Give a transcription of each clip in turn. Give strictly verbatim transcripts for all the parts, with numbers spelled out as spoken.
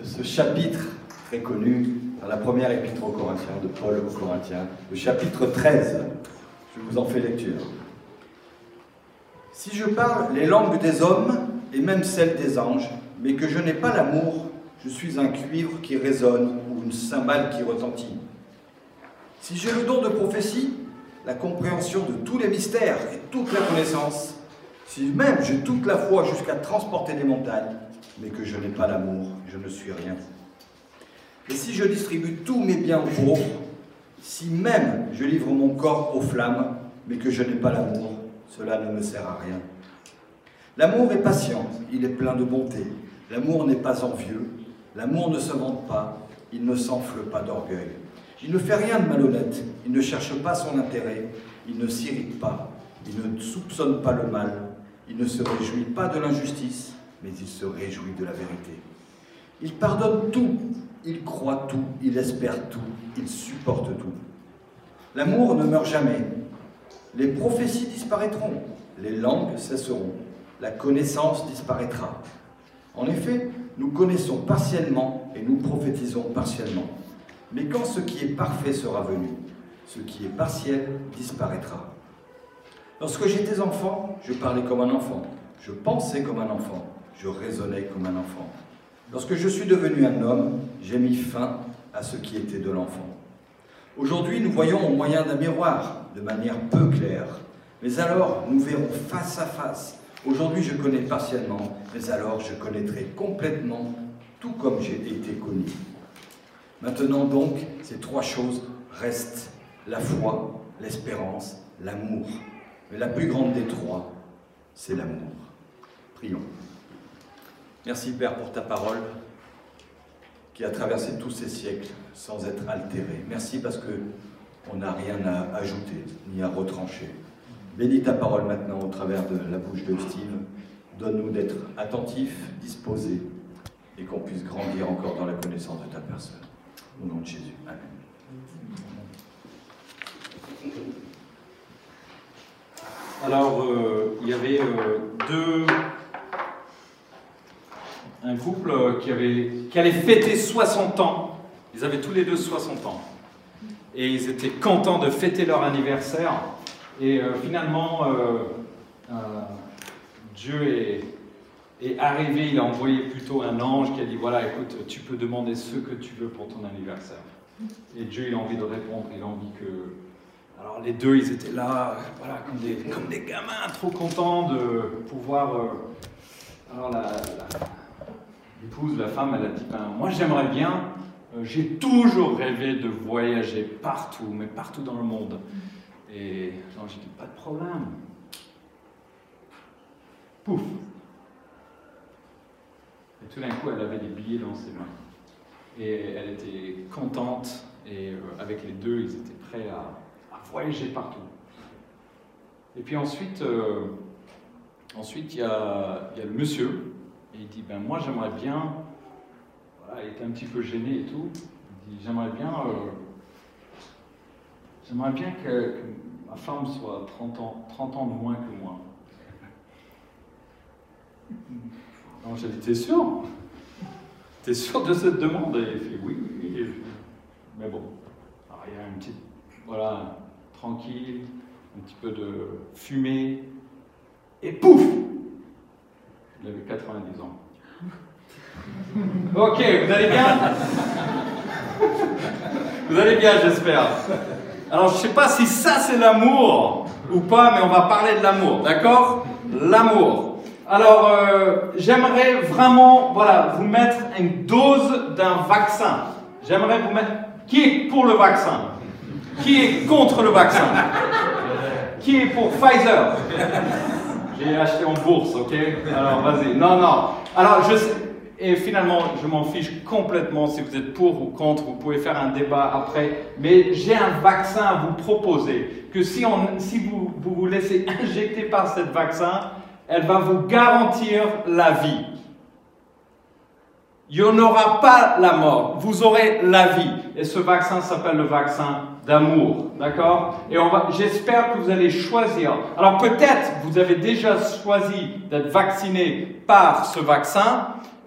ce chapitre très connu dans la première épître aux Corinthiens, de Paul aux Corinthiens, le chapitre treize. Je vous en fais lecture. Si je parle les langues des hommes et même celles des anges, mais que je n'ai pas l'amour, je suis un cuivre qui résonne ou une cymbale qui retentit. Si j'ai le don de prophétie, la compréhension de tous les mystères et toute la connaissance, si même j'ai toute la foi jusqu'à transporter des montagnes, mais que je n'ai pas l'amour, je ne suis rien. Et si je distribue tous mes biens aux pauvres, si même je livre mon corps aux flammes, mais que je n'ai pas l'amour, cela ne me sert à rien. L'amour est patient, il est plein de bonté. L'amour n'est pas envieux, l'amour ne se vante pas, il ne s'enfle pas d'orgueil. Il ne fait rien de malhonnête, il ne cherche pas son intérêt, il ne s'irrite pas, il ne soupçonne pas le mal, il ne se réjouit pas de l'injustice, mais il se réjouit de la vérité. Il pardonne tout, il croit tout, il espère tout, il supporte tout. L'amour ne meurt jamais. Les prophéties disparaîtront, les langues cesseront, la connaissance disparaîtra. En effet, nous connaissons partiellement et nous prophétisons partiellement. Mais quand ce qui est parfait sera venu, ce qui est partiel disparaîtra. Lorsque j'étais enfant, je parlais comme un enfant, je pensais comme un enfant, je raisonnais comme un enfant. Lorsque je suis devenu un homme, j'ai mis fin à ce qui était de l'enfant. Aujourd'hui, nous voyons au moyen d'un miroir, de manière peu claire. Mais alors, nous verrons face à face. Aujourd'hui, je connais partiellement, mais alors je connaîtrai complètement, tout comme j'ai été connu. Maintenant donc, ces trois choses restent la foi, l'espérance, l'amour. Mais la plus grande des trois, c'est l'amour. Prions. Merci Père pour ta parole qui a traversé tous ces siècles sans être altérée. Merci parce qu'on n'a rien à ajouter ni à retrancher. Bénis ta parole maintenant au travers de la bouche de Steve. Donne-nous d'être attentifs, disposés et qu'on puisse grandir encore dans la connaissance de ta personne. Au nom de Jésus. Amen. Alors, euh, il y avait euh, deux... un couple qui, avait, qui allait fêter soixante ans. Ils avaient tous les deux soixante ans. Et ils étaient contents de fêter leur anniversaire. Et euh, finalement, euh, euh, Dieu est, est arrivé, il a envoyé plutôt un ange qui a dit, voilà, écoute, tu peux demander ce que tu veux pour ton anniversaire. Et Dieu, il a envie de répondre, il a envie que... Alors les deux, ils étaient là, voilà, comme des, comme des gamins, trop contents de pouvoir... Euh... Alors la... la... L'épouse, la femme, elle a dit, ben, moi j'aimerais bien, euh, j'ai toujours rêvé de voyager partout, mais partout dans le monde. Et j'ai dit, pas de problème. Pouf. Et tout d'un coup, elle avait des billets dans ses mains. Et elle était contente, et euh, avec les deux, ils étaient prêts à, à voyager partout. Et puis ensuite, euh, ensuite il y a, il y a le monsieur. Et il dit, ben moi j'aimerais bien, voilà, il était un petit peu gêné et tout, il dit, j'aimerais bien, euh, j'aimerais bien que, que ma femme soit trente ans, trente ans de moins que moi. Non, j'ai dit, t'es sûr? T'es sûr de cette demande? Et il fait, oui, oui, oui. Mais bon, alors, il y a une petite, voilà, tranquille, un petit peu de fumée, et pouf! Il avait quatre-vingt-dix ans. Ok, vous allez bien? Vous allez bien, j'espère. Alors, je ne sais pas si ça c'est l'amour ou pas, mais on va parler de l'amour, d'accord? L'amour. Alors, euh, j'aimerais vraiment, voilà, vous mettre une dose d'un vaccin. J'aimerais vous mettre... Qui est pour le vaccin? Qui est contre le vaccin? Qui est pour Pfizer? J'ai acheté en bourse, ok? Alors, vas-y. Non, non. Alors, je sais... Et finalement, je m'en fiche complètement si vous êtes pour ou contre. Vous pouvez faire un débat après. Mais j'ai un vaccin à vous proposer. Que si, on, si vous, vous vous laissez injecter par ce vaccin, elle va vous garantir la vie. Il n'y en aura pas la mort. Vous aurez la vie. Et ce vaccin s'appelle le vaccin d'amour. D'accord? Et on va, j'espère que vous allez choisir. Alors peut-être vous avez déjà choisi d'être vacciné par ce vaccin.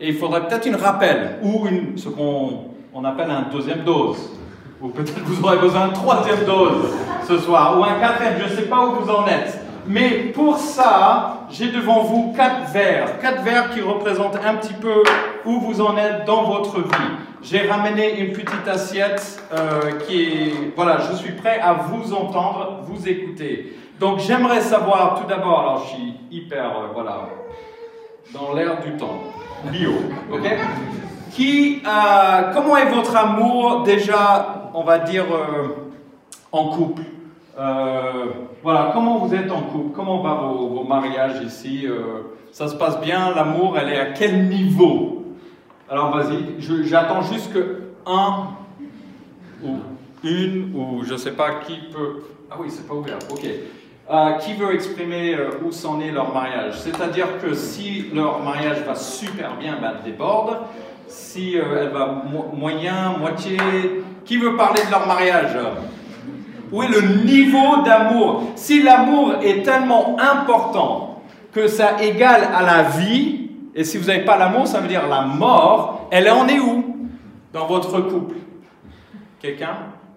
et il faudrait peut-être une rappel, ou une, ce qu'on on appelle un deuxième dose. Ou peut-être vous aurez besoin de troisième dose ce soir, ou un quatrième, je ne sais pas où vous en êtes. Mais pour ça, j'ai devant vous quatre verres, quatre verres qui représentent un petit peu où vous en êtes dans votre vie. J'ai ramené une petite assiette euh, qui est... Voilà, je suis prêt à vous entendre, vous écouter. Donc j'aimerais savoir tout d'abord, alors je suis hyper, euh, voilà, dans l'air du temps, bio, ok? Qui, euh, comment est votre amour déjà, on va dire, euh, en couple? euh, Voilà, comment vous êtes en couple? Comment va vos, vos mariages ici? euh, Ça se passe bien? L'amour, elle est à quel niveau? Alors vas-y, j'attends juste que un ou une, ou je ne sais pas qui peut... Ah oui, c'est pas ouvert, ok. Euh, qui veut exprimer euh, où s'en est leur mariage? C'est-à-dire que si leur mariage va super bien, ben, elle déborde. Si euh, elle va mo moyen, moitié... Qui veut parler de leur mariage? Où est le niveau d'amour? Si l'amour est tellement important que ça égale à la vie, et si vous n'avez pas l'amour, ça veut dire la mort, elle en est où dans votre couple? Quelqu'un?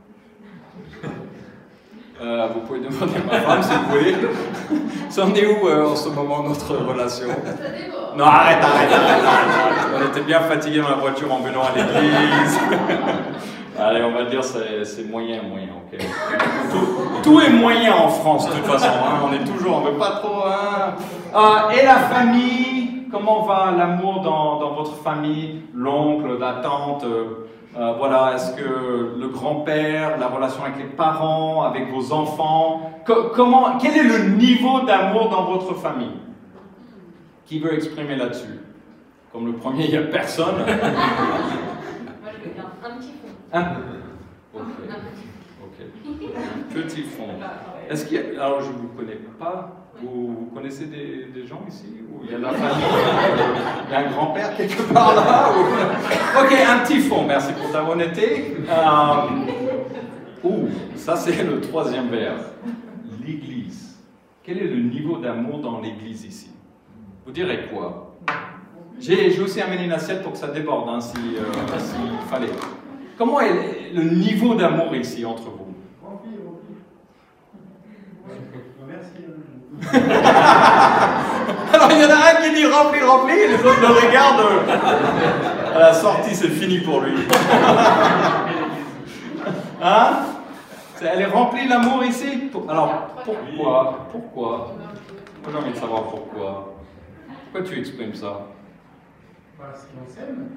Euh, vous pouvez demander à ma femme si vous voulez. Ça en est où euh, en ce moment notre relation? Non, arrête, arrête, arrête, arrête. On était bien fatigués dans la voiture en venant à l'église. Allez, on va dire c'est moyen, moyen, ok. Tout, tout est moyen en France de toute façon. Hein. On est toujours, on veut pas trop. Hein. Euh, et la famille, comment va l'amour dans, dans votre famille? L'oncle, la tante. Euh, Euh, voilà, est-ce que le grand-père, la relation avec les parents, avec vos enfants, co comment, quel est le niveau d'amour dans votre famille? Qui veut exprimer là-dessus? Comme le premier, il n'y a personne. Moi, je veux bien un petit fond. Un okay. Ok. Un petit fond. Est-ce qu'il y a... Alors, je ne vous connais pas. Vous, vous connaissez des, des gens ici? Ou il y a de la famille? Il y a un grand-père quelque part là? Ou... Ok, un petit fond, merci pour ta honnêteté. Euh... Ouh, ça c'est le troisième verre. L'église. Quel est le niveau d'amour dans l'église ici? Vous direz quoi? J'ai aussi amené une assiette pour que ça déborde, hein, s'il euh, si fallait. Comment est le niveau d'amour ici entre vous? Alors il y en a un qui dit rempli, rempli, et les autres le regardent. À la sortie, c'est fini pour lui. Hein? Elle est remplie l'amour ici? Alors pourquoi? Pourquoi? Moi j'ai envie de savoir pourquoi. Pourquoi tu exprimes ça? Parce qu'on s'aime.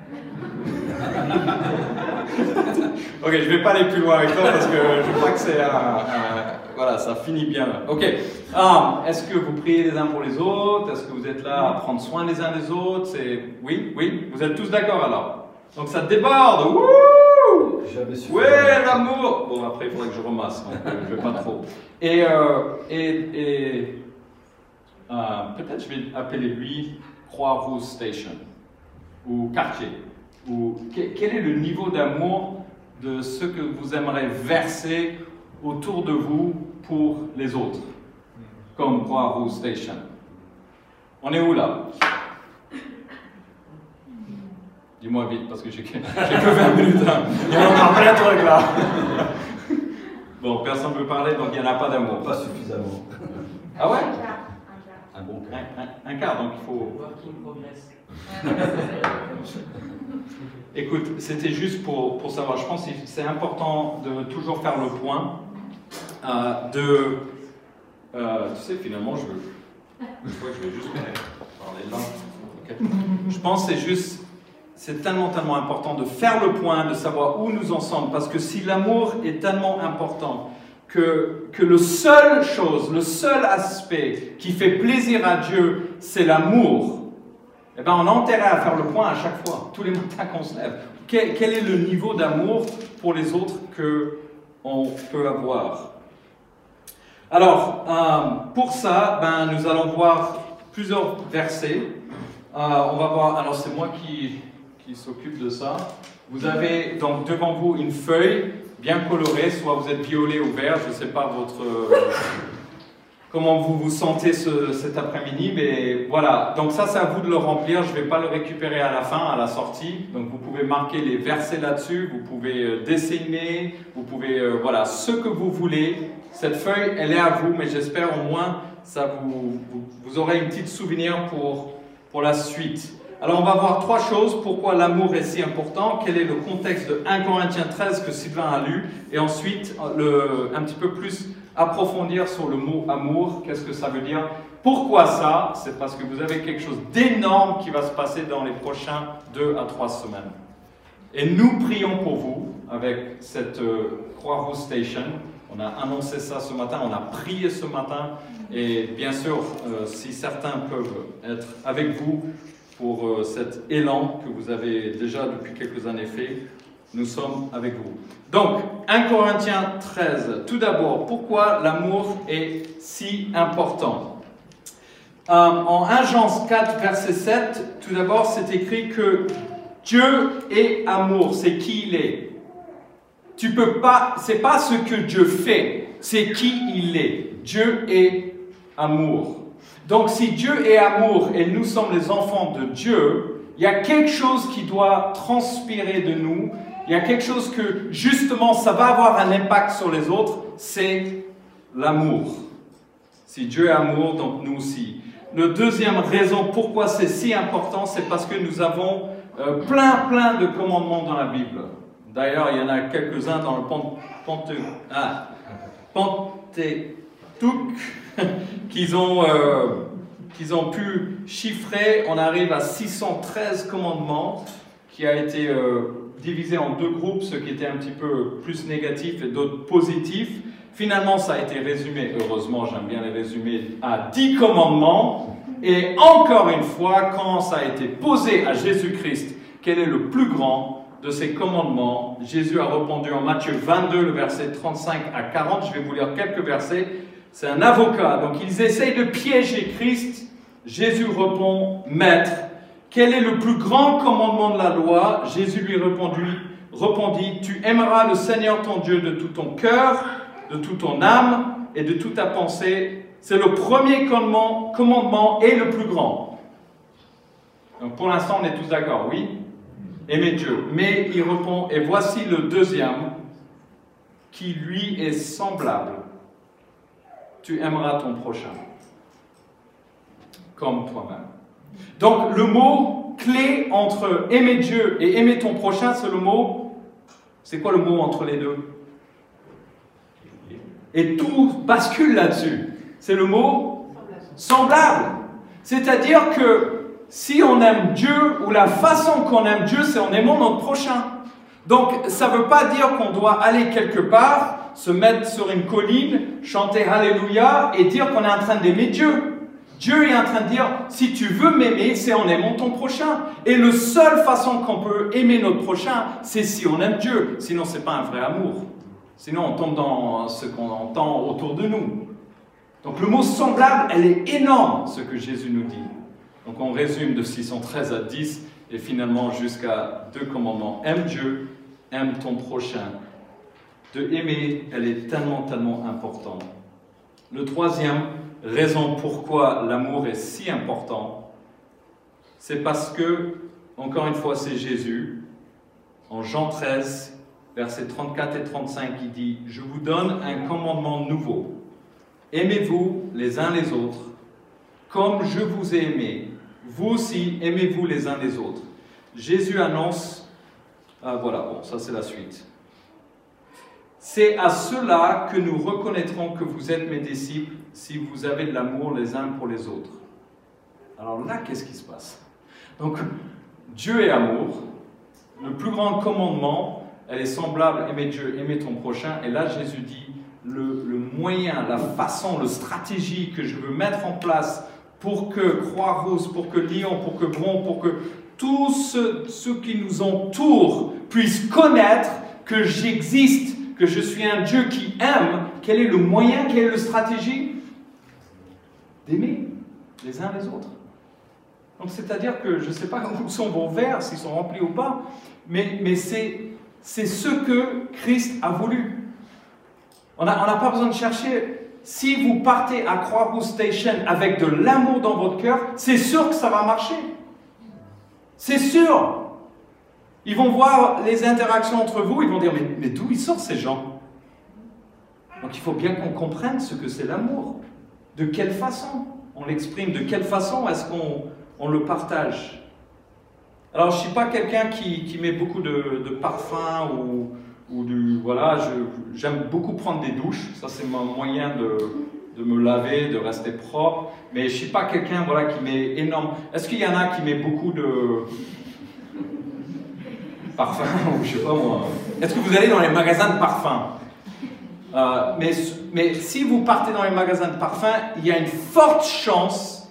Ok, je vais pas aller plus loin avec toi parce que je crois que c'est un, un... Voilà, ça finit bien. Ok. Um, Est-ce que vous priez les uns pour les autres? Est-ce que vous êtes là à prendre soin les uns des autres? Oui, oui. Vous êtes tous d'accord alors? Donc ça déborde. Wouh! Ouais, l'amour. Bon, après il faudrait que je remasse, donc euh, je vais pas trop. Et, euh, et, et euh, peut-être je vais appeler lui Croix-Rouge Station ou quartier. Ou quel est le niveau d'amour de ce que vous aimeriez verser autour de vous pour les autres, comme Croix-Rouge Station? On est où là? Dis-moi vite parce que j'ai que, que vingt minutes. Hein. Il y en a plein de trucs là. Bon, personne ne veut parler donc il n'y en a pas d'amour. Pas suffisamment. Ah ouais? Un bon quart. Un, un, un quart, donc il faut. Working progress. Écoute, c'était juste pour, pour savoir. Je pense que c'est important de toujours faire le point. Euh, de, euh, tu sais, finalement, je veux, je, crois que je vais juste parler là. Okay. Je pense que c'est juste, c'est tellement, tellement important de faire le point, de savoir où nous en sommes, parce que si l'amour est tellement important que, que le seul chose, le seul aspect qui fait plaisir à Dieu, c'est l'amour, eh ben, on a intérêt à faire le point à chaque fois, tous les matins qu'on se lève. Quel, quel est le niveau d'amour pour les autres qu'on peut avoir? Alors, euh, pour ça, ben, nous allons voir plusieurs versets. Euh, on va voir, alors c'est moi qui, qui s'occupe de ça. Vous avez donc devant vous une feuille bien colorée, soit vous êtes violet ou vert, je ne sais pas votre... comment vous vous sentez ce, cet après-midi, mais voilà. Donc ça, c'est à vous de le remplir. Je ne vais pas le récupérer à la fin, à la sortie. Donc vous pouvez marquer les versets là-dessus, vous pouvez euh, dessiner, vous pouvez, euh, voilà, ce que vous voulez. Cette feuille, elle est à vous, mais j'espère au moins, ça vous, vous, vous aurez un petit souvenir pour, pour la suite. Alors on va voir trois choses, pourquoi l'amour est si important, quel est le contexte de un Corinthiens treize que Sylvain a lu, et ensuite le, un petit peu plus approfondir sur le mot amour, qu'est-ce que ça veut dire. Pourquoi ça? C'est parce que vous avez quelque chose d'énorme qui va se passer dans les prochains deux à trois semaines. Et nous prions pour vous avec cette euh, Croix-Rouge Station. On a annoncé ça ce matin, on a prié ce matin, et bien sûr, euh, si certains peuvent être avec vous, pour euh, cet élan que vous avez déjà depuis quelques années fait. Nous sommes avec vous. Donc, un Corinthiens treize. Tout d'abord, pourquoi l'amour est si important? euh, En un Jean quatre, verset sept, tout d'abord, c'est écrit que Dieu est amour. C'est qui il est. Tu peux pas, c'est pas ce que Dieu fait, c'est qui il est. Dieu est amour. Donc si Dieu est amour et nous sommes les enfants de Dieu, il y a quelque chose qui doit transpirer de nous, il y a quelque chose que justement ça va avoir un impact sur les autres, c'est l'amour. Si Dieu est amour, donc nous aussi. La deuxième raison pourquoi c'est si important, c'est parce que nous avons euh, plein plein de commandements dans la Bible. D'ailleurs, il y en a quelques-uns dans le Pentateuque. Ah, Pentateuque. qu'ils ont, euh, qu'ils ont pu chiffrer. On arrive à six cent treize commandements qui a été euh, divisé en deux groupes, ceux qui étaient un petit peu plus négatifs et d'autres positifs. Finalement, ça a été résumé, heureusement, j'aime bien les résumer, à dix commandements. Et encore une fois, quand ça a été posé à Jésus-Christ, quel est le plus grand de ces commandements, Jésus a répondu en Matthieu vingt-deux, le verset trente-cinq à quarante. Je vais vous lire quelques versets. C'est un avocat, donc ils essayent de piéger Christ. Jésus répond, Maître, quel est le plus grand commandement de la loi? Jésus lui répondit, répondit, tu aimeras le Seigneur ton Dieu de tout ton cœur, de toute ton âme et de toute ta pensée. C'est le premier commandement, commandement et le plus grand. Donc pour l'instant, on est tous d'accord, oui? Aimer Dieu. Mais il répond, et voici le deuxième, qui lui est semblable. Tu aimeras ton prochain, comme toi-même. Donc, le mot clé entre aimer Dieu et aimer ton prochain, c'est le mot, c'est quoi le mot entre les deux? Et tout bascule là-dessus. C'est le mot semblable. C'est-à-dire que si on aime Dieu, ou la façon qu'on aime Dieu, c'est en aimant notre prochain. Donc, ça ne veut pas dire qu'on doit aller quelque part, se mettre sur une colline, chanter Alléluia et dire qu'on est en train d'aimer Dieu. Dieu est en train de dire, si tu veux m'aimer, c'est en aimant ton prochain. Et la seule façon qu'on peut aimer notre prochain, c'est si on aime Dieu. Sinon, ce n'est pas un vrai amour. Sinon, on tombe dans ce qu'on entend autour de nous. Donc le mot semblable, elle est énorme, ce que Jésus nous dit. Donc on résume de six cent treize à dix, et finalement jusqu'à deux commandements. Aime Dieu, aime ton prochain. De aimer, elle est tellement, tellement importante. Le troisième raison pourquoi l'amour est si important, c'est parce que, encore une fois, c'est Jésus. En Jean treize, versets trente-quatre et trente-cinq, il dit « Je vous donne un commandement nouveau. Aimez-vous les uns les autres, comme je vous ai aimé. Vous aussi, aimez-vous les uns les autres. » Jésus annonce, ah voilà, bon, ça c'est la suite. C'est à cela que nous reconnaîtrons que vous êtes mes disciples, si vous avez de l'amour les uns pour les autres. Alors là, qu'est-ce qui se passe? Donc, Dieu est amour. Le plus grand commandement, elle est semblable, aimer Dieu, aimer ton prochain. Et là, Jésus dit, le, le moyen, la façon, la stratégie que je veux mettre en place pour que Croix-Rouge, pour que Lyon, pour que Bron, pour que tous ceux, ceux qui nous entourent puissent connaître que j'existe, que je suis un Dieu qui aime. Quel est le moyen, quelle est la stratégie? D'aimer les uns les autres. Donc c'est-à-dire que je ne sais pas où sont vos verres, s'ils sont remplis ou pas, mais, mais c'est, c'est ce que Christ a voulu. On n'a on n'a pas besoin de chercher si vous partez à Croix-Rouge Station avec de l'amour dans votre cœur, c'est sûr que ça va marcher. C'est sûr. Ils vont voir les interactions entre vous, ils vont dire, mais, mais d'où ils sortent ces gens? Donc il faut bien qu'on comprenne ce que c'est l'amour. De quelle façon on l'exprime? De quelle façon est-ce qu'on on le partage? Alors je ne suis pas quelqu'un qui, qui met beaucoup de, de parfum ou, ou du... Voilà, j'aime beaucoup prendre des douches. Ça c'est mon moyen de, de me laver, de rester propre. Mais je ne suis pas quelqu'un voilà, qui met énorme... Est-ce qu'il y en a qui met beaucoup de... parfum, ou je sais pas moi. Est-ce que vous allez dans les magasins de parfums? euh, mais, mais si vous partez dans les magasins de parfums, il y a une forte chance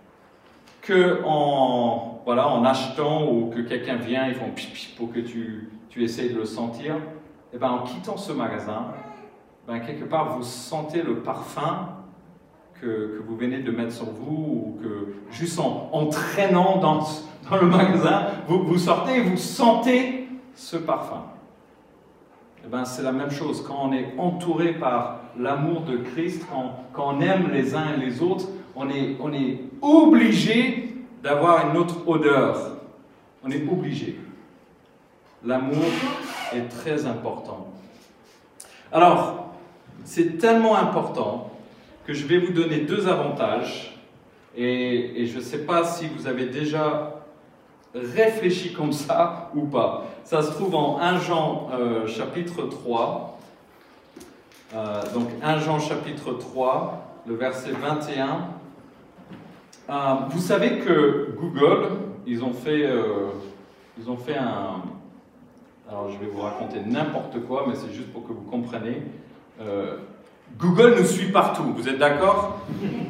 que en, voilà, en achetant ou que quelqu'un vient, ils font pipi pour que tu, tu essayes de le sentir. Et ben en quittant ce magasin, ben quelque part vous sentez le parfum que, que vous venez de mettre sur vous, ou que juste en, en traînant dans, dans le magasin, vous, vous sortez et vous sentez ce parfum. Et ben c'est la même chose, quand on est entouré par l'amour de Christ, quand, quand on aime les uns et les autres, on est, on est obligé d'avoir une autre odeur. On est obligé. L'amour est très important. Alors, c'est tellement important que je vais vous donner deux avantages, et, et je ne sais pas si vous avez déjà réfléchi comme ça ou pas. Ça se trouve en premier Jean euh, chapitre trois. Euh, donc premier Jean chapitre trois, le verset vingt et un. Euh, vous savez que Google, ils ont fait, euh, ils ont fait un... Alors je vais vous raconter n'importe quoi, mais c'est juste pour que vous compreniez. Euh, Google nous suit partout, vous êtes d'accord?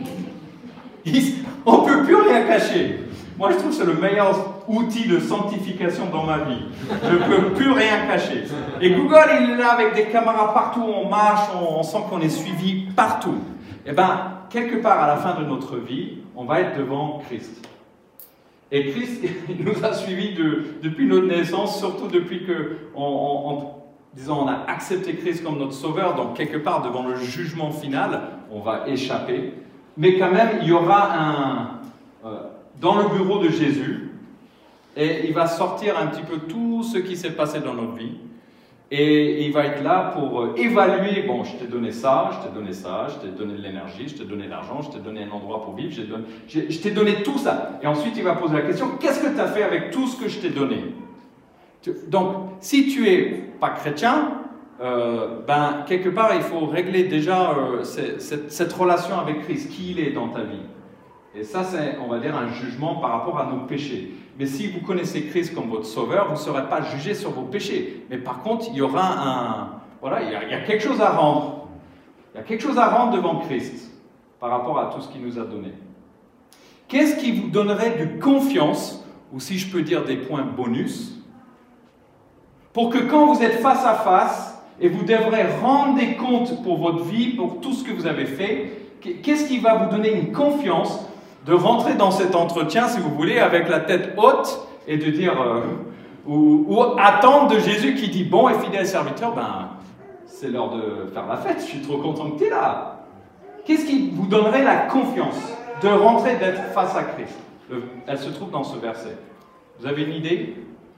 On ne peut plus rien cacher. Moi je trouve que c'est le meilleur outil de sanctification dans ma vie. Je ne peux plus rien cacher. Et Google, il est là avec des caméras partout, on marche, on, on sent qu'on est suivi partout. Et bien, quelque part à la fin de notre vie, on va être devant Christ. Et Christ, il nous a suivis de, depuis notre naissance, surtout depuis que, on, on, on, disons, on a accepté Christ comme notre sauveur. Donc, quelque part, devant le jugement final, on va échapper. Mais quand même, il y aura un... Euh, dans le bureau de Jésus, et il va sortir un petit peu tout ce qui s'est passé dans notre vie. Et il va être là pour évaluer, bon, je t'ai donné ça, je t'ai donné ça, je t'ai donné de l'énergie, je t'ai donné de l'argent, je t'ai donné un endroit pour vivre, je t'ai donné tout ça. Et ensuite, il va poser la question, qu'est-ce que tu as fait avec tout ce que je t'ai donné? Donc, si tu n'es pas chrétien, euh, ben, quelque part, il faut régler déjà euh, cette, cette relation avec Christ, qui il est dans ta vie. Et ça, c'est, on va dire, un jugement par rapport à nos péchés. Mais si vous connaissez Christ comme votre sauveur, vous ne serez pas jugé sur vos péchés. Mais par contre, il y aura un... Voilà, il y a, il y a quelque chose à rendre. Il y a quelque chose à rendre devant Christ par rapport à tout ce qu'il nous a donné. Qu'est-ce qui vous donnerait de confiance, ou si je peux dire des points bonus, pour que quand vous êtes face à face, et vous devrez rendre des comptes pour votre vie, pour tout ce que vous avez fait, qu'est-ce qui va vous donner une confiance de rentrer dans cet entretien, si vous voulez, avec la tête haute et de dire, euh, ou, ou attendre de Jésus qui dit, bon et fidèle serviteur, ben, c'est l'heure de faire la fête, je suis trop content que tu es là. Qu'est-ce qui vous donnerait la confiance de rentrer, d'être face à Christ? Le, elle se trouve dans ce verset. Vous avez une idée?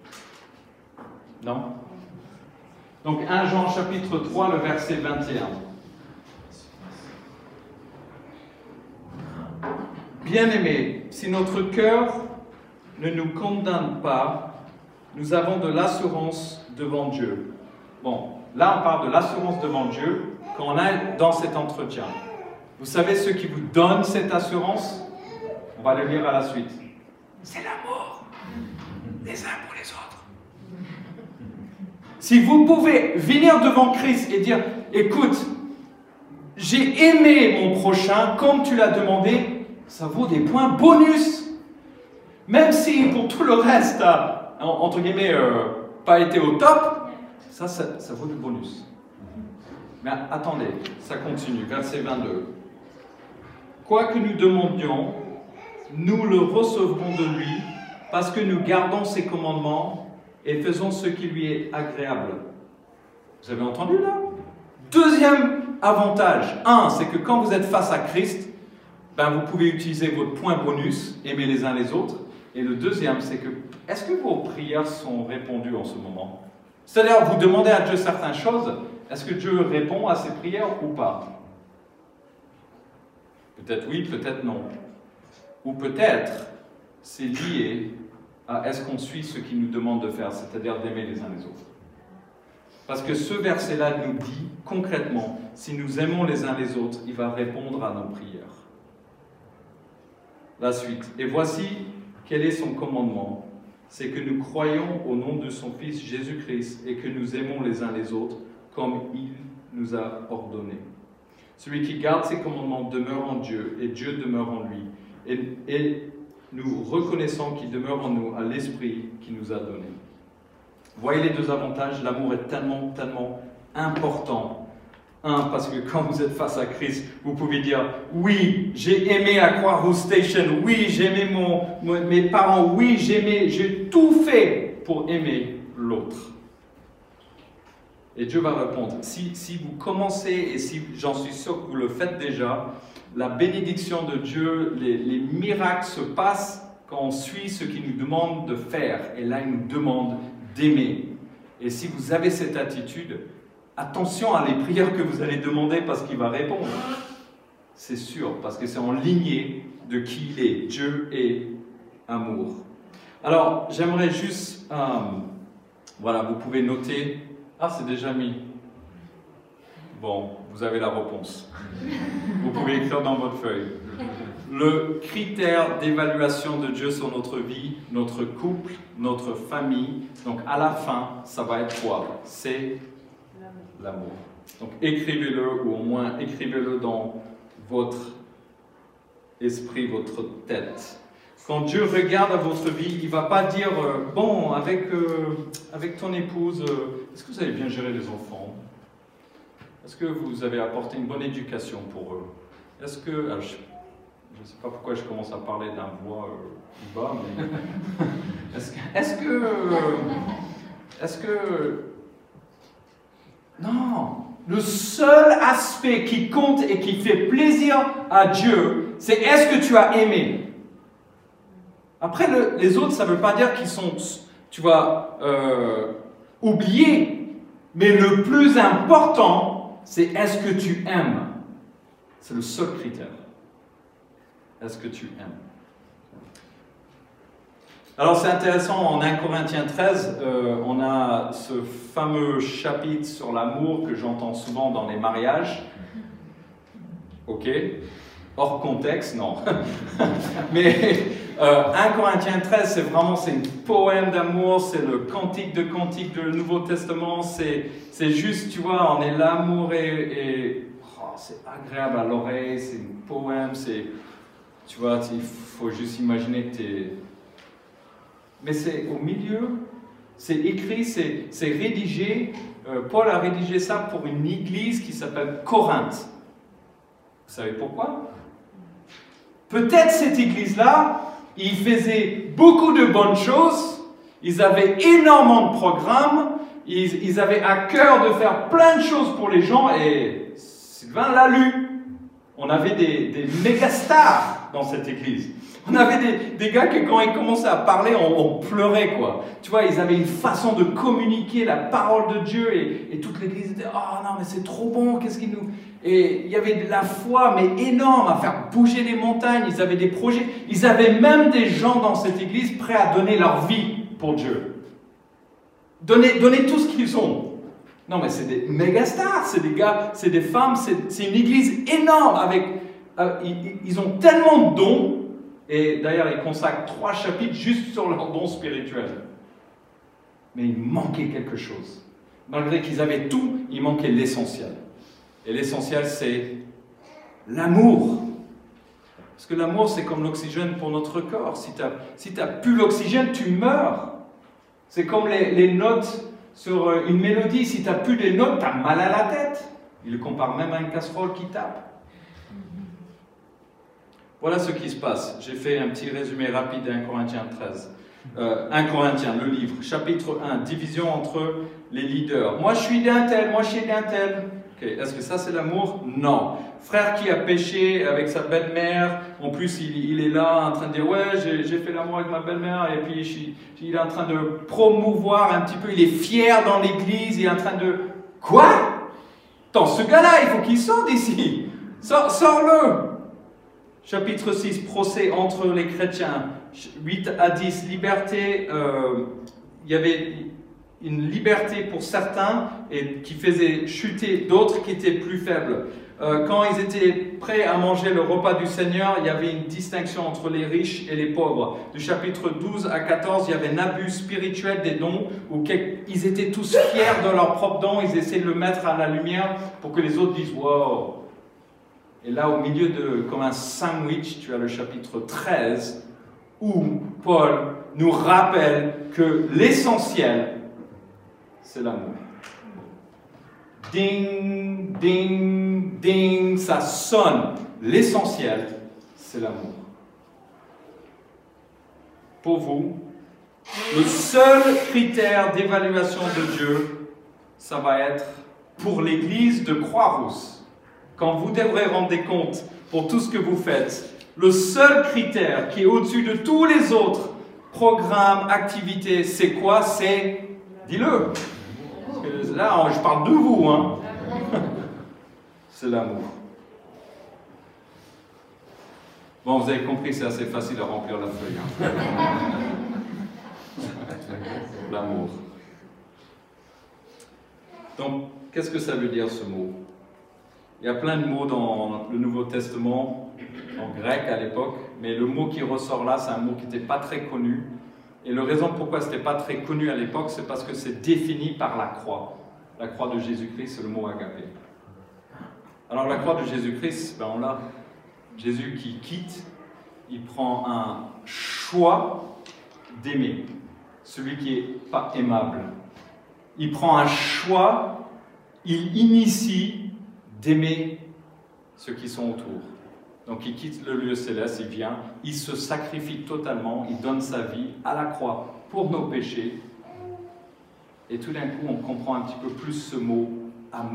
Non? Donc, premier Jean chapitre trois, le verset vingt et un. Bien-aimés, si notre cœur ne nous condamne pas, nous avons de l'assurance devant Dieu. Bon, là on parle de l'assurance devant Dieu quand on est dans cet entretien. Vous savez ce qui vous donne cette assurance? On va le lire à la suite. C'est l'amour des uns pour les autres. Si vous pouvez venir devant Christ et dire, écoute, j'ai aimé mon prochain comme tu l'as demandé, ça vaut des points bonus. Même si pour tout le reste, entre guillemets, euh, pas été au top, ça, ça, ça vaut du bonus. Mais attendez, ça continue, verset vingt-deux. Quoi que nous demandions, nous le recevrons de lui, parce que nous gardons ses commandements et faisons ce qui lui est agréable. Vous avez entendu là? Deuxième avantages. Un, c'est que quand vous êtes face à Christ, ben vous pouvez utiliser votre point bonus, aimer les uns les autres. Et le deuxième, c'est que, est-ce que vos prières sont répondues en ce moment? C'est-à-dire, vous demandez à Dieu certaines choses, est-ce que Dieu répond à ces prières ou pas? Peut-être oui, peut-être non. Ou peut-être, c'est lié à est-ce qu'on suit ce qu'il nous demande de faire, c'est-à-dire d'aimer les uns les autres. Parce que ce verset-là nous dit concrètement, si nous aimons les uns les autres, il va répondre à nos prières. La suite. Et voici quel est son commandement. C'est que nous croyons au nom de son Fils Jésus-Christ et que nous aimons les uns les autres comme il nous a ordonné. Celui qui garde ses commandements demeure en Dieu et Dieu demeure en lui. Et, et nous reconnaissons qu'il demeure en nous à l'Esprit qu'il nous a donné. Voyez les deux avantages, l'amour est tellement, tellement important. Un, parce que quand vous êtes face à Christ, vous pouvez dire, oui, j'ai aimé Aquarius Station, oui, j'ai aimé mon, mon, mes parents, oui, j'ai aimé, j'ai tout fait pour aimer l'autre. Et Dieu va répondre. Si, si vous commencez, et si j'en suis sûr que vous le faites déjà, la bénédiction de Dieu, les, les miracles se passent quand on suit ce qu'il nous demande de faire. Et là, il nous demande d'aimer. Et si vous avez cette attitude, attention à les prières que vous allez demander parce qu'il va répondre. C'est sûr, parce que c'est en lignée de qui il est. Dieu est amour. Alors, j'aimerais juste... Euh, voilà, vous pouvez noter... Ah, c'est déjà mis. Bon, vous avez la réponse. Vous pouvez écrire dans votre feuille. Le critère d'évaluation de Dieu sur notre vie, notre couple, notre famille. Donc, à la fin, ça va être quoi? C'est l'amour. Donc, écrivez-le, ou au moins écrivez-le dans votre esprit, votre tête. Quand Dieu regarde à votre vie, il ne va pas dire euh, « Bon, avec, euh, avec ton épouse, euh, est-ce que vous avez bien géré les enfants? Est-ce que vous avez apporté une bonne éducation pour eux? Est-ce que... » alors, je ne sais pas pourquoi je commence à parler d'un voix euh, bas, mais... est-ce que... Est-ce que... Euh, est-ce que... Non! Le seul aspect qui compte et qui fait plaisir à Dieu, c'est est-ce que tu as aimé? Après, le, les autres, ça ne veut pas dire qu'ils sont, tu vois, euh, oubliés. Mais le plus important, c'est est-ce que tu aimes? C'est le seul critère. Est-ce que tu aimes? Alors, c'est intéressant, en un Corinthiens treize, euh, on a ce fameux chapitre sur l'amour que j'entends souvent dans les mariages. Ok? Hors contexte, non. Mais euh, un Corinthiens treize, c'est vraiment c'est un poème d'amour, c'est le cantique de cantique du Nouveau Testament, c'est juste, tu vois, on est l'amour et, et oh, c'est agréable à l'oreille, c'est un poème, c'est, tu vois, il faut juste imaginer que tu es... Mais c'est au milieu, c'est écrit, c'est rédigé, euh, Paul a rédigé ça pour une église qui s'appelle Corinthe. Vous savez pourquoi? Peut-être cette église-là, ils faisaient beaucoup de bonnes choses, ils avaient énormément de programmes, ils, ils avaient à cœur de faire plein de choses pour les gens, et Sylvain l'a lu. On avait des, des méga stars dans cette église. On avait des, des gars qui, quand ils commençaient à parler, on, on pleurait, quoi. Tu vois, ils avaient une façon de communiquer la parole de Dieu, et, et toute l'église était « Oh non, mais c'est trop bon, qu'est-ce qu'ils nous... » Et il y avait de la foi, mais énorme, à faire bouger les montagnes. Ils avaient des projets. Ils avaient même des gens dans cette église prêts à donner leur vie pour Dieu. Donner, donner tout ce qu'ils ont. Non, mais c'est des méga stars, c'est des gars, c'est des femmes, c'est une église énorme. Avec, euh, ils, ils ont tellement de dons. Et d'ailleurs, ils consacrent trois chapitres juste sur leurs dons spirituels. Mais il manquait quelque chose. Malgré qu'ils avaient tout, il manquait l'essentiel. Et l'essentiel, c'est l'amour. Parce que l'amour, c'est comme l'oxygène pour notre corps. Si tu n'as si t'as plus l'oxygène, tu meurs. C'est comme les, les notes sur une mélodie. Si tu n'as plus les notes, tu as mal à la tête. Il le compare même à une casserole qui tape. Voilà ce qui se passe. J'ai fait un petit résumé rapide d'un Corinthiens treize. Euh, un Corinthiens, le livre, chapitre un, division entre les leaders. Moi, je suis d'un tel, moi, je suis d'un tel. Ok, est-ce que ça c'est l'amour? Non. Frère qui a péché avec sa belle-mère, en plus il, il est là en train de dire ouais j'ai, j'ai fait l'amour avec ma belle-mère et puis je, il est en train de promouvoir un petit peu, il est fier dans l'église, il est en train de... Quoi? Attends, ce gars-là il faut qu'il sorte d'ici. Sors, sors-le. Chapitre six, procès entre les chrétiens. huit à dix, liberté, euh, il y avait une liberté pour certains et qui faisait chuter d'autres qui étaient plus faibles. Euh, quand ils étaient prêts à manger le repas du Seigneur, il y avait une distinction entre les riches et les pauvres. Du chapitre douze à quatorze, il y avait un abus spirituel des dons où ils étaient tous fiers de leurs propres dons, ils essayaient de le mettre à la lumière pour que les autres disent « Wow !» Et là, au milieu de, comme un sandwich, tu as le chapitre treize, où Paul nous rappelle que l'essentiel, c'est l'amour. Ding, ding, ding, ça sonne. L'essentiel, c'est l'amour. Pour vous, le seul critère d'évaluation de Dieu, ça va être pour l'Église de Croix-Rousse. Quand vous devrez rendre compte pour tout ce que vous faites, le seul critère qui est au-dessus de tous les autres programmes, activités, c'est quoi? C'est, dis-le. Parce que là, je parle de vous, hein. C'est l'amour. Bon, vous avez compris, c'est assez facile à remplir la feuille. Hein. L'amour. Donc, qu'est-ce que ça veut dire ce mot? Il y a plein de mots dans le Nouveau Testament, en grec à l'époque, mais le mot qui ressort là, c'est un mot qui n'était pas très connu. Et la raison pourquoi ce n'était pas très connu à l'époque, c'est parce que c'est défini par la croix. La croix de Jésus-Christ, c'est le mot agapé. Alors la croix de Jésus-Christ, ben on l'a. Jésus qui quitte, il prend un choix d'aimer, celui qui n'est pas aimable. Il prend un choix, il initie d'aimer ceux qui sont autour. Donc il quitte le lieu céleste, il vient, il se sacrifie totalement, il donne sa vie à la croix pour nos péchés. Et tout d'un coup, on comprend un petit peu plus ce mot « amour ».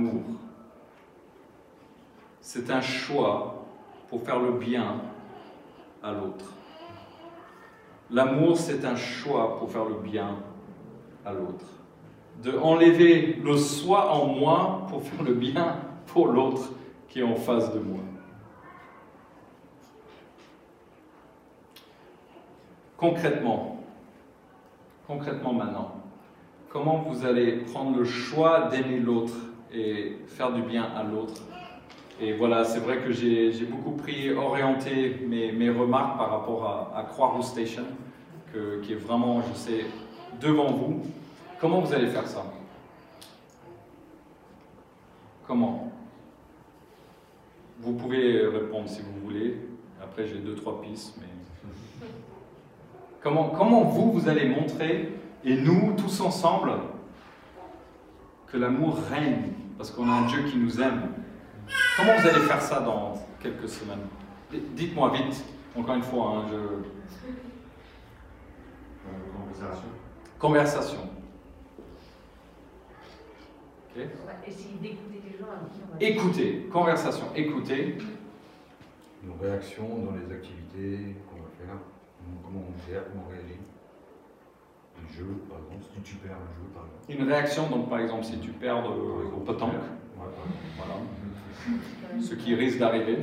C'est un choix pour faire le bien à l'autre. L'amour, c'est un choix pour faire le bien à l'autre. De enlever le soi en moi pour faire le bien pour l'autre qui est en face de moi. Concrètement, concrètement maintenant, comment vous allez prendre le choix d'aimer l'autre et faire du bien à l'autre? Et voilà, c'est vrai que j'ai, j'ai beaucoup pris, orienté mes, mes remarques par rapport à, à Croix-Rousse Station, que, qui est vraiment, je sais, devant vous. Comment vous allez faire ça? Comment? Vous pouvez répondre si vous voulez. Après, j'ai deux, trois pistes, mais... Comment, comment vous, vous allez montrer, et nous, tous ensemble, que l'amour règne, parce qu'on a un Dieu qui nous aime? Comment vous allez faire ça dans quelques semaines? Dites-moi vite, encore une fois, hein, je... Euh, conversation. Conversation. Okay. On va essayer d'écouter les gens avec qui on va... Écoutez, conversation, écoutez. Nos réactions dans les activités qu'on va faire, comment on gère, comment on réagit. Les jeux, par exemple, si tu perds un jeu, par exemple. Une réaction, donc par exemple, si tu perds de, au pétanque, ouais, voilà. Ce qui risque d'arriver.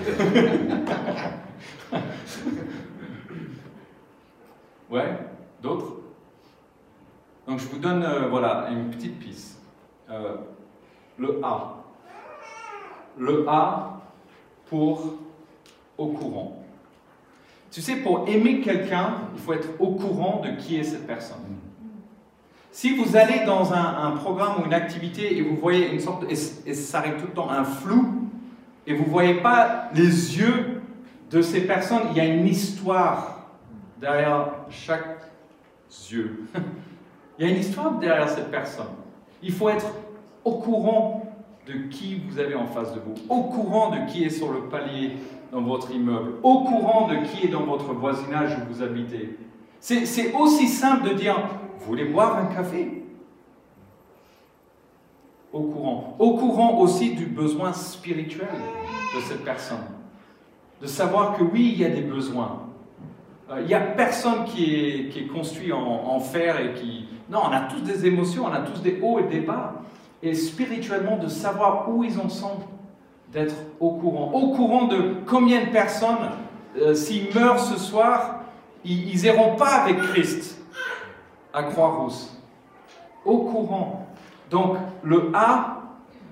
Ouais, d'autres? Donc je vous donne euh, voilà, une petite piste. Euh, le A. Le A pour au courant. Tu sais, pour aimer quelqu'un, il faut être au courant de qui est cette personne. Si vous allez dans un, un programme ou une activité et vous voyez une sorte, de, et, et ça arrive tout le temps, un flou, et vous ne voyez pas les yeux de ces personnes, il y a une histoire derrière chaque yeux. Il y a une histoire derrière cette personne. Il faut être au courant de qui vous avez en face de vous, au courant de qui est sur le palier dans votre immeuble, au courant de qui est dans votre voisinage où vous habitez. C'est, c'est aussi simple de dire, vous voulez boire un café? Au courant. Au courant aussi du besoin spirituel de cette personne. De savoir que oui, il y a des besoins. Euh, il n'y a personne qui est, qui est construit en, en fer et qui... Non, on a tous des émotions, on a tous des hauts et des bas. Et spirituellement, de savoir où ils en sont, d'être au courant. Au courant de combien de personnes, euh, s'ils meurent ce soir, ils n'iront pas avec Christ à Croix-Rousse. Au courant. Donc, le A...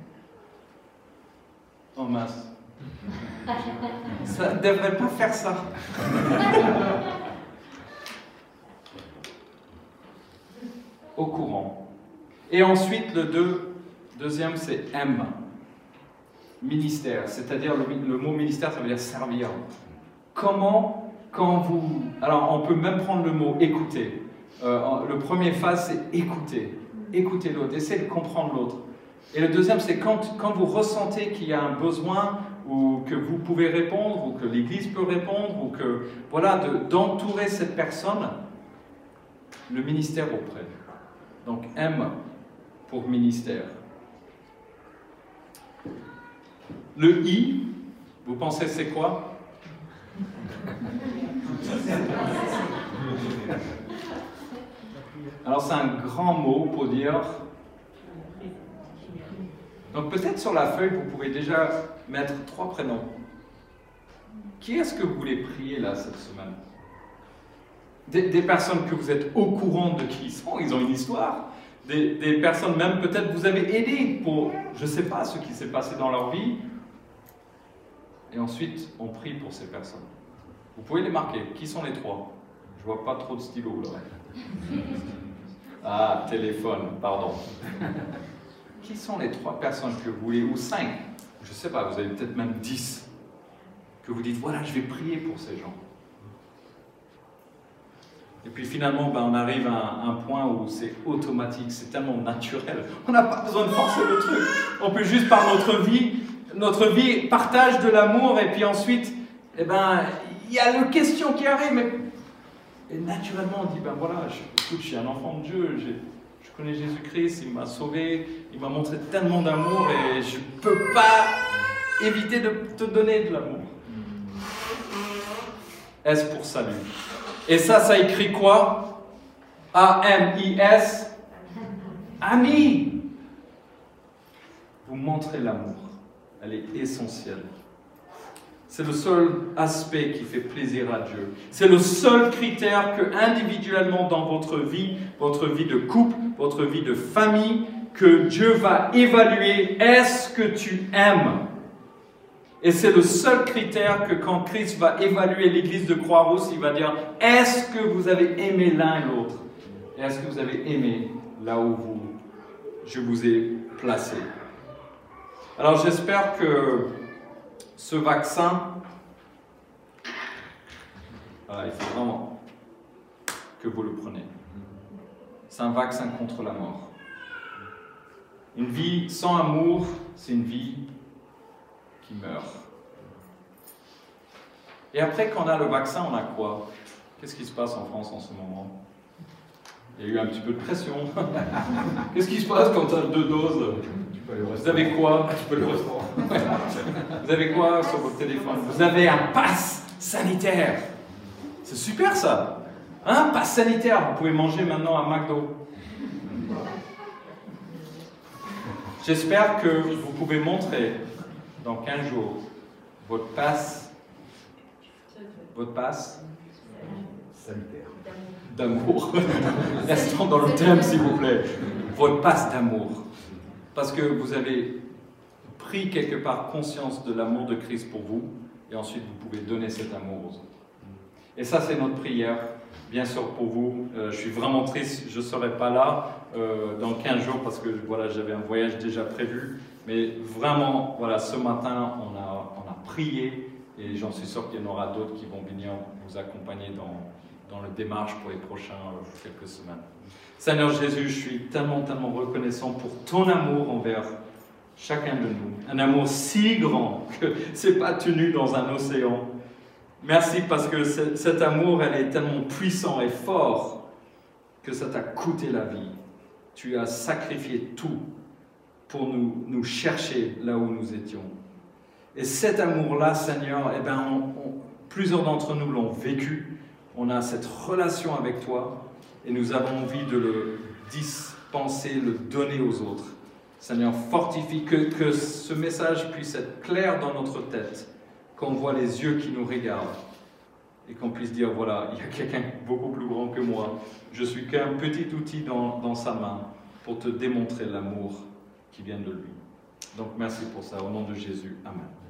Oh mince. Ça ne devrait pas faire ça. Au courant. Et ensuite, le deux, deuxième, c'est M. Ministère. C'est-à-dire, le, le mot ministère, ça veut dire servir. Comment, quand vous... Alors, on peut même prendre le mot écouter. Euh, le premier phase, c'est écouter. Écouter l'autre, essayez de comprendre l'autre. Et le deuxième, c'est quand, quand vous ressentez qu'il y a un besoin, ou que vous pouvez répondre, ou que l'Église peut répondre, ou que, voilà, de, d'entourer cette personne, le ministère auprès. Donc, M pour ministère. Le I, vous pensez c'est quoi? Alors, c'est un grand mot pour dire... Donc, peut-être sur la feuille, vous pouvez déjà mettre trois prénoms. Qui est-ce que vous voulez prier là cette semaine? Des, des personnes que vous êtes au courant de qui ils sont, ils ont une histoire. Des, des personnes même peut-être vous avez aidé pour, je ne sais pas, ce qui s'est passé dans leur vie. Et ensuite, on prie pour ces personnes. Vous pouvez les marquer. Qui sont les trois? Je vois pas trop de stylos là. Ah, téléphone, pardon. Qui sont les trois personnes que vous voulez, ou cinq? Je ne sais pas, vous avez peut-être même dix. Que vous dites, voilà, je vais prier pour ces gens. Et puis finalement, ben, on arrive à un, un point où c'est automatique, c'est tellement naturel. On n'a pas besoin de forcer le truc. On peut juste par notre vie, notre vie partage de l'amour, et puis ensuite, eh ben, il y a une question qui arrive, mais et naturellement on dit, ben voilà, je, écoute, je suis un enfant de Dieu, je connais Jésus-Christ, il m'a sauvé, il m'a montré tellement d'amour, et je ne peux pas éviter de te donner de l'amour. S pour salut. Et ça, ça écrit quoi? A M I S. Ami. Vous montrez l'amour. Elle est essentielle. C'est le seul aspect qui fait plaisir à Dieu. C'est le seul critère que individuellement dans votre vie, votre vie de couple, votre vie de famille, que Dieu va évaluer. Est-ce que tu aimes? Et c'est le seul critère que quand Christ va évaluer l'église de Croix-Rousse, il va dire, est-ce que vous avez aimé l'un et l'autre? Et est-ce que vous avez aimé là où vous, je vous ai placé? Alors j'espère que ce vaccin, voilà, il faut vraiment que vous le preniez. C'est un vaccin contre la mort. Une vie sans amour, c'est une vie qui meurt. Et après, quand on a le vaccin, on a quoi? Qu'est-ce qui se passe en France en ce moment? Il y a eu un petit peu de pression. Qu'est-ce qui se passe quand tu as deux doses? Vous avez quoi? Tu peux le restaurant. Vous avez quoi sur votre téléphone? Vous avez un pass sanitaire. C'est super ça. Un pass sanitaire. Vous pouvez manger maintenant à McDo. J'espère que vous pouvez montrer dans quinze jours votre passe, votre passe sanitaire d'amour. Restons dans le thème, s'il vous plaît. Votre passe d'amour. Parce que vous avez pris quelque part conscience de l'amour de Christ pour vous, et ensuite vous pouvez donner cet amour aux autres. Et ça, c'est notre prière, bien sûr pour vous. Euh, je suis vraiment triste, je ne serai pas là euh, dans quinze jours parce que voilà, j'avais un voyage déjà prévu. Mais vraiment, voilà, ce matin, on a, on a prié, et j'en suis sûr qu'il y en aura d'autres qui vont venir vous accompagner dans, dans la démarche pour les prochaines euh, quelques semaines. Seigneur Jésus, je suis tellement, tellement reconnaissant pour ton amour envers chacun de nous. Un amour si grand que ce n'est pas tenu dans un océan. Merci parce que cet amour, elle est tellement puissant et fort que ça t'a coûté la vie. Tu as sacrifié tout pour nous, nous chercher là où nous étions. Et cet amour-là, Seigneur, eh ben, on, on, plusieurs d'entre nous l'ont vécu. On a cette relation avec toi et nous avons envie de le dispenser, le donner aux autres. Seigneur, fortifie, que, que ce message puisse être clair dans notre tête, qu'on voit les yeux qui nous regardent et qu'on puisse dire, voilà, il y a quelqu'un beaucoup plus grand que moi. Je suis qu'un petit outil dans, dans sa main pour te démontrer l'amour qui vient de lui. Donc merci pour ça, au nom de Jésus. Amen.